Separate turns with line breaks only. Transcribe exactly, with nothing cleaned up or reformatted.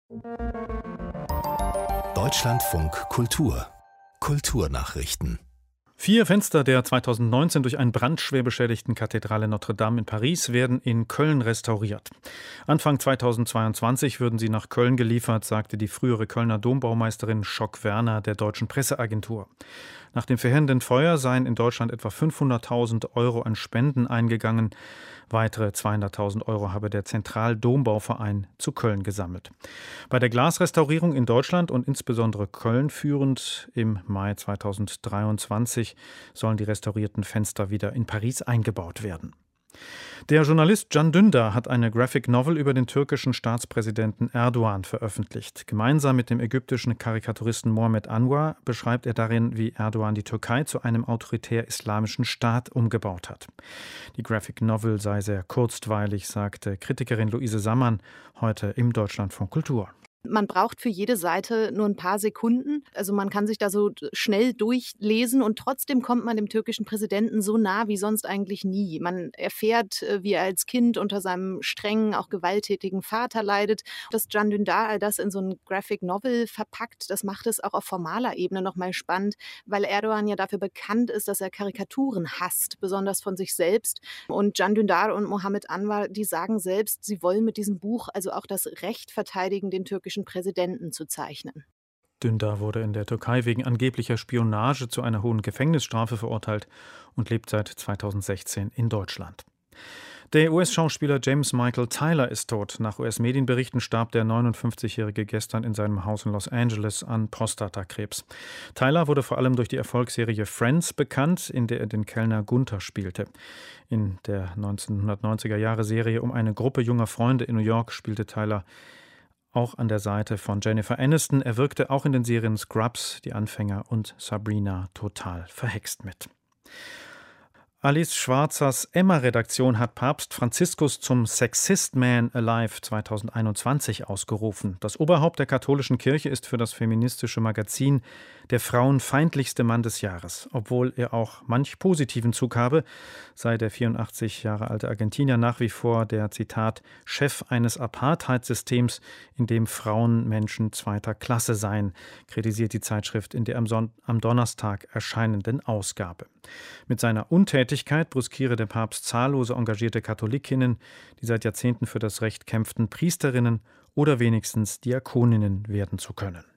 Deutschlandfunk Kultur Kulturnachrichten.
Vier Fenster der zweitausendneunzehn durch einen Brand schwer beschädigten Kathedrale Notre-Dame in Paris werden in Köln restauriert. Anfang zweitausendzweiundzwanzig würden sie nach Köln geliefert, sagte die frühere Kölner Dombaumeisterin Schock-Werner der Deutschen Presseagentur. Nach dem verheerenden Feuer seien in Deutschland etwa fünfhunderttausend Euro an Spenden eingegangen. Weitere zweihunderttausend Euro habe der Zentral-Dombauverein zu Köln gesammelt. Bei der Glasrestaurierung in Deutschland und insbesondere Köln führend im Mai zweitausenddreiundzwanzig sollen die restaurierten Fenster wieder in Paris eingebaut werden. Der Journalist Can Dündar hat eine Graphic Novel über den türkischen Staatspräsidenten Erdogan veröffentlicht. Gemeinsam mit dem ägyptischen Karikaturisten Mohammed Anwar beschreibt er darin, wie Erdogan die Türkei zu einem autoritär-islamischen Staat umgebaut hat. Die Graphic Novel sei sehr kurzweilig, sagte Kritikerin Luise Sammann heute im Deutschlandfunk Kultur.
Man braucht für jede Seite nur ein paar Sekunden. Also man kann sich da so schnell durchlesen und trotzdem kommt man dem türkischen Präsidenten so nah wie sonst eigentlich nie. Man erfährt, wie er als Kind unter seinem strengen, auch gewalttätigen Vater leidet. Dass Can Dündar all das in so ein Graphic Novel verpackt, das macht es auch auf formaler Ebene nochmal spannend, weil Erdogan ja dafür bekannt ist, dass er Karikaturen hasst, besonders von sich selbst. Und Can Dündar und Mohammed Anwar, die sagen selbst, sie wollen mit diesem Buch also auch das Recht verteidigen, den türkischen Präsidenten zu zeichnen.
Dündar wurde in der Türkei wegen angeblicher Spionage zu einer hohen Gefängnisstrafe verurteilt und lebt seit zweitausendsechzehn in Deutschland. Der U S-Schauspieler James Michael Tyler ist tot. Nach U S-Medienberichten starb der neunundfünfzigjährige gestern in seinem Haus in Los Angeles an Prostatakrebs. Tyler wurde vor allem durch die Erfolgsserie Friends bekannt, in der er den Kellner Gunther spielte. In der neunzehnhundertneunziger-Jahre-Serie um eine Gruppe junger Freunde in New York spielte Tyler auch an der Seite von Jennifer Aniston. Er wirkte auch in den Serien Scrubs, Die Anfänger und Sabrina total verhext mit. Alice Schwarzers Emma-Redaktion hat Papst Franziskus zum Sexist Man Alive zweitausendeinundzwanzig ausgerufen. Das Oberhaupt der katholischen Kirche ist für das feministische Magazin der frauenfeindlichste Mann des Jahres. Obwohl er auch manch positiven Zug habe, sei der vierundachtzig Jahre alte Argentinier nach wie vor der, Zitat, Chef eines Apartheidssystems, in dem Frauen Menschen zweiter Klasse seien, kritisiert die Zeitschrift in der am, Son- am Donnerstag erscheinenden Ausgabe. Mit seiner Untätigkeit brüskiere der Papst zahllose engagierte Katholikinnen, die seit Jahrzehnten für das Recht kämpften, Priesterinnen oder wenigstens Diakoninnen werden zu können.